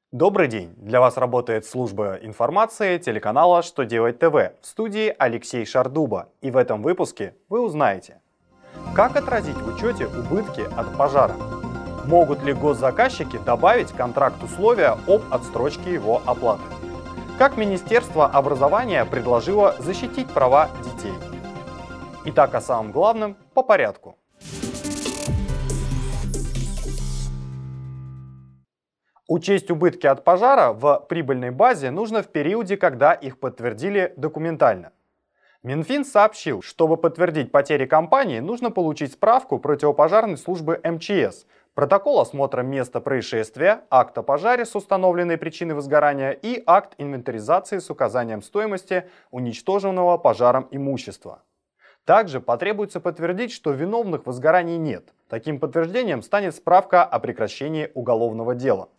Добрый день! Для вас работает служба информации телеканала «Что делать ТВ», в студии Алексей Шардуба. И в этом выпуске вы узнаете, как отразить в учете убытки от пожара, могут ли госзаказчики добавить в контракт условия об отсрочке его оплаты, как Министерство образования предложило защитить права детей. Итак, о самом главном по порядку. Учесть убытки от пожара в прибыльной базе нужно в периоде, когда их подтвердили документально. Минфин сообщил, чтобы подтвердить потери компании, нужно получить справку противопожарной службы МЧС, протокол осмотра места происшествия, акт о пожаре с установленной причиной возгорания и акт инвентаризации с указанием стоимости уничтоженного пожаром имущества. Также потребуется подтвердить, что виновных в возгорании нет. Таким подтверждением станет справка о прекращении уголовного дела.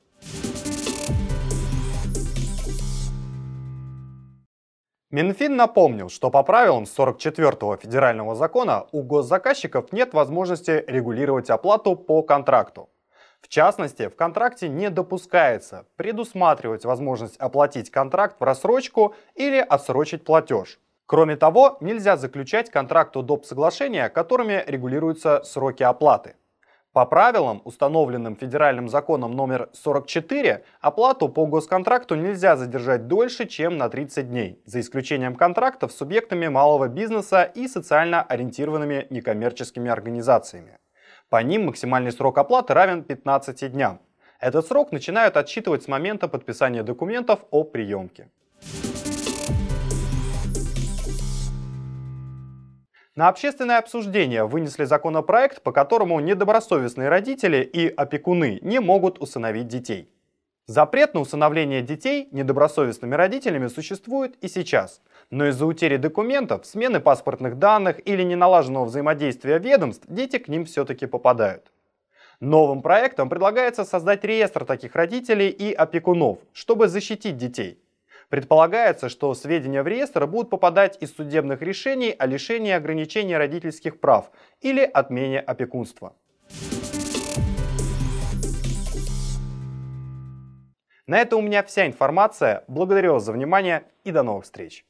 Минфин напомнил, что по правилам 44-го федерального закона у госзаказчиков нет возможности регулировать оплату по контракту. В частности, в контракте не допускается предусматривать возможность оплатить контракт в рассрочку или отсрочить платеж. Кроме того, нельзя заключать контракт о доп. Соглашения, которыми регулируются сроки оплаты. По правилам, установленным федеральным законом номер 44, оплату по госконтракту нельзя задержать дольше, чем на 30 дней, за исключением контрактов с субъектами малого бизнеса и социально ориентированными некоммерческими организациями. По ним максимальный срок оплаты равен 15 дням. Этот срок начинают отсчитывать с момента подписания документов о приемке. На общественное обсуждение вынесли законопроект, по которому недобросовестные родители и опекуны не могут усыновить детей. Запрет на усыновление детей недобросовестными родителями существует и сейчас, но из-за утери документов, смены паспортных данных или неналаженного взаимодействия ведомств дети к ним все-таки попадают. Новым проектом предлагается создать реестр таких родителей и опекунов, чтобы защитить детей. Предполагается, что сведения в реестр будут попадать из судебных решений о лишении ограничения родительских прав или отмене опекунства. На этом у меня вся информация. Благодарю вас за внимание и до новых встреч!